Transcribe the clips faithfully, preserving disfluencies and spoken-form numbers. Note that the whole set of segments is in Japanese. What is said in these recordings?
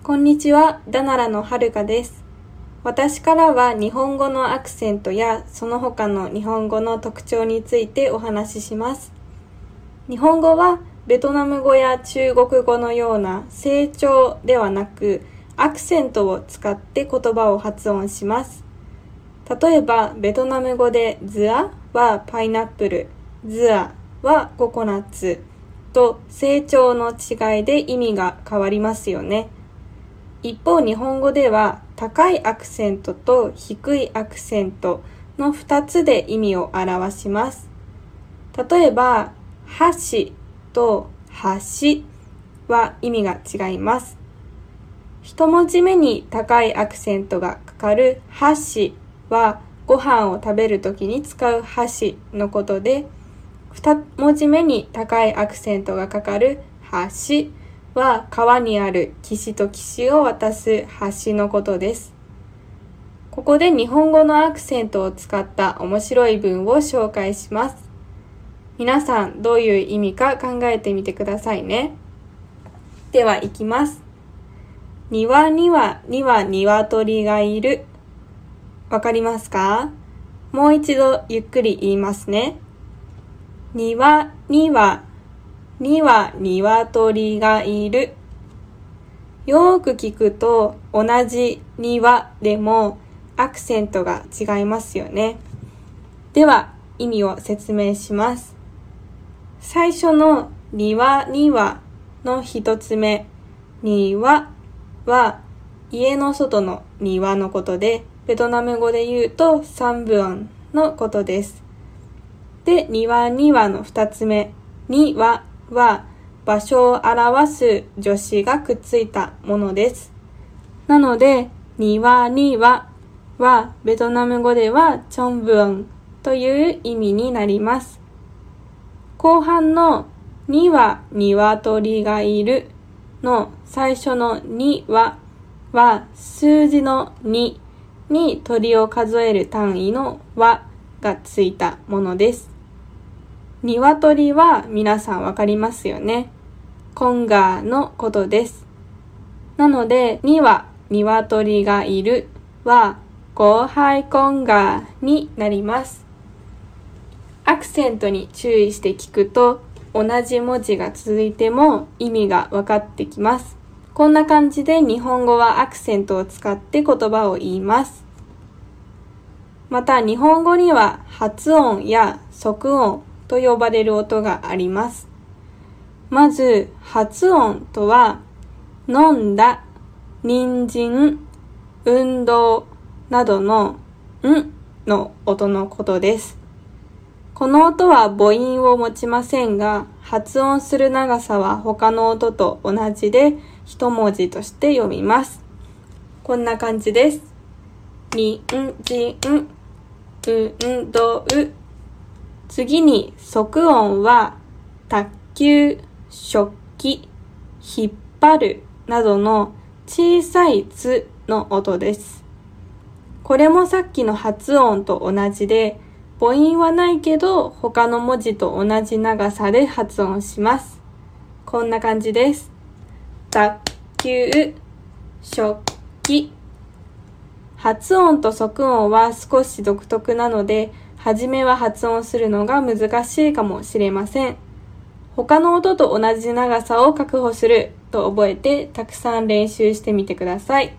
こんにちは、ダナラのはるかです。私からは日本語のアクセントやその他の日本語の特徴についてお話しします。日本語はベトナム語や中国語のような声調ではなくアクセントを使って言葉を発音します。例えばベトナム語でズアはパイナップル、ズアはココナッツと声調の違いで意味が変わりますよね。一方日本語では高いアクセントと低いアクセントのふたつで意味を表します。例えば箸と橋は意味が違います。一文字目に高いアクセントがかかる箸はご飯を食べるときに使う箸のことで、二文字目に高いアクセントがかかる橋は川にある岸と岸を渡す橋のことです。ここで日本語のアクセントを使った面白い文を紹介します。皆さんどういう意味か考えてみてくださいね。では行きます。庭にはには鶏がいる。わかりますか？もう一度ゆっくり言いますね。庭にはには鶏がいる。よーく聞くと同じ庭でもアクセントが違いますよね。では意味を説明します。最初の庭にはの一つ目、庭は家の外の庭のことで、ベトナム語で言うとサンブオンのことです。で、庭にはの二つ目、にはは場所を表す助詞がくっついたものです。なので、庭にははベトナム語ではチョンブオンという意味になります。後半のには鶏がいるの最初のにはは数字のにに鳥を数える単位のはがついたものです。鶏は皆さんわかりますよね。コンガーのことです。なので、には鶏がいるはゴーハイコンガーになります。アクセントに注意して聞くと、同じ文字が続いても意味が分かってきます。こんな感じで日本語はアクセントを使って言葉を言います。また日本語には発音や促音と呼ばれる音があります。まず発音とは飲んだ、人参、運動などのんの音のことです。この音は母音を持ちませんが、発音する長さは他の音と同じで一文字として読みます。こんな感じです。にんじん、運動。次に促音は卓球、食器、引っ張るなどの小さいつの音です。これもさっきの発音と同じで、母音はないけど他の文字と同じ長さで発音します。こんな感じです。卓球、食器。発音と促音は少し独特なので、はじめは発音するのが難しいかもしれません。他の音と同じ長さを確保すると覚えてたくさん練習してみてください。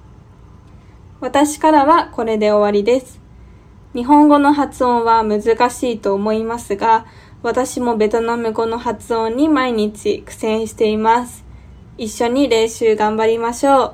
私からはこれで終わりです。日本語の発音は難しいと思いますが、私もベトナム語の発音に毎日苦戦しています。一緒に練習頑張りましょう。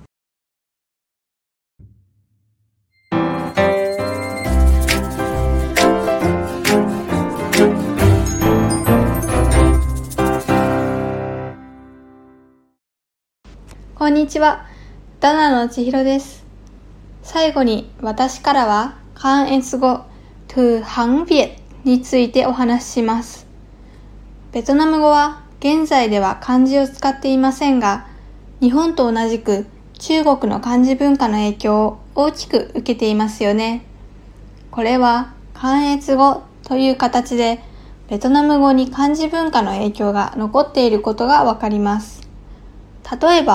こんにちは、ダナの千尋です。最後に私からは漢越語トゥハンビエについてお話しします。ベトナム語は現在では漢字を使っていませんが、日本と同じく中国の漢字文化の影響を大きく受けていますよね。これは漢越語という形でベトナム語に漢字文化の影響が残っていることがわかります。例えば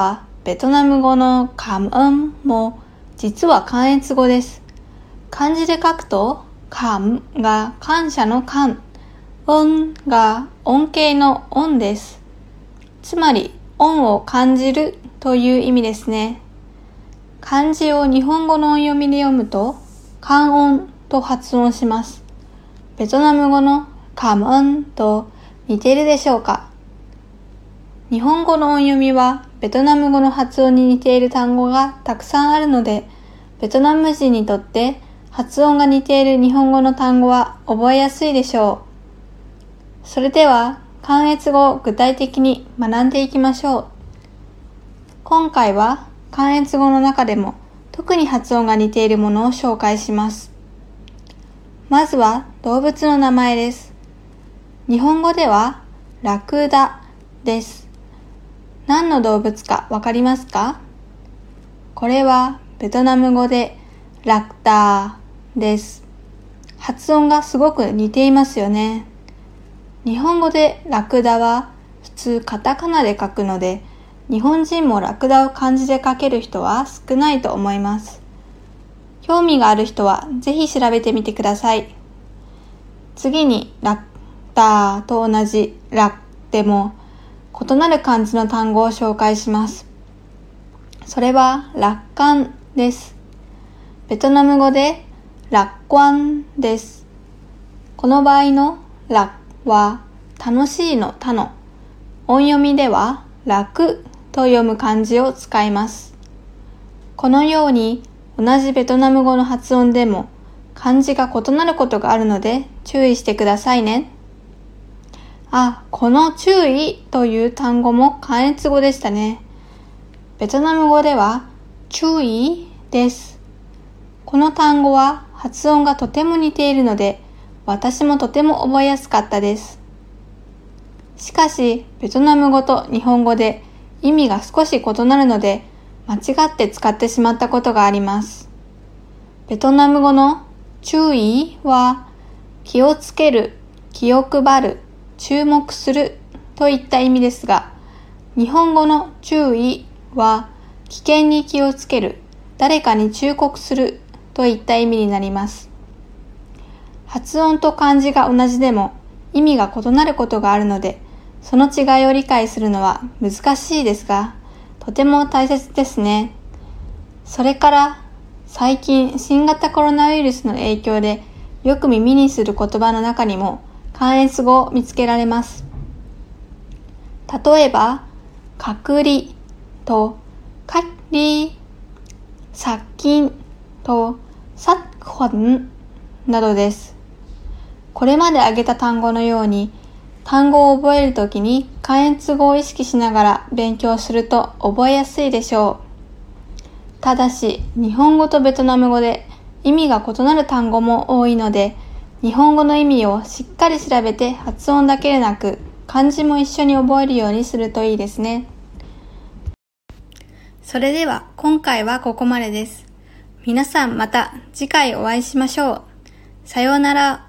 ベトナム語の感恩も実は関越語です。漢字で書くと、感が感謝の感、恩が恩恵の恩です。つまり、恩を感じるという意味ですね。漢字を日本語の音読みで読むと、感恩と発音します。ベトナム語の感恩と似ているでしょうか？日本語の音読みはベトナム語の発音に似ている単語がたくさんあるので、ベトナム人にとって発音が似ている日本語の単語は覚えやすいでしょう。それでは、関越語を具体的に学んでいきましょう。今回は関越語の中でも特に発音が似ているものを紹介します。まずは動物の名前です。日本語ではラクダです。何の動物かわかりますか？これはベトナム語でラクダーです。発音がすごく似ていますよね。日本語でラクダは普通カタカナで書くので、日本人もラクダを漢字で書ける人は少ないと思います。興味がある人はぜひ調べてみてください。次にラクダーと同じラでも異なる漢字の単語を紹介します。それは楽観です。ベトナム語で楽観です。この場合の楽は楽しいの他の音読みでは楽と読む漢字を使います。このように同じベトナム語の発音でも漢字が異なることがあるので注意してくださいね。あ、この注意という単語も関越語でしたね。ベトナム語では注意です。この単語は発音がとても似ているので、私もとても覚えやすかったです。しかし、ベトナム語と日本語で意味が少し異なるので、間違って使ってしまったことがあります。ベトナム語の注意は気をつける、気を配る、注目するといった意味ですが、日本語の注意は危険に気をつける、誰かに忠告するといった意味になります。発音と漢字が同じでも意味が異なることがあるので、その違いを理解するのは難しいですが、とても大切ですね。それから最近新型コロナウイルスの影響でよく耳にする言葉の中にも関越語を見つけられます。例えば、隔離とcách ly、殺菌と殺菌などです。これまで挙げた単語のように、単語を覚えるときに関越語を意識しながら勉強すると覚えやすいでしょう。ただし、日本語とベトナム語で意味が異なる単語も多いので、日本語の意味をしっかり調べて発音だけでなく、漢字も一緒に覚えるようにするといいですね。それでは今回はここまでです。皆さんまた次回お会いしましょう。さようなら。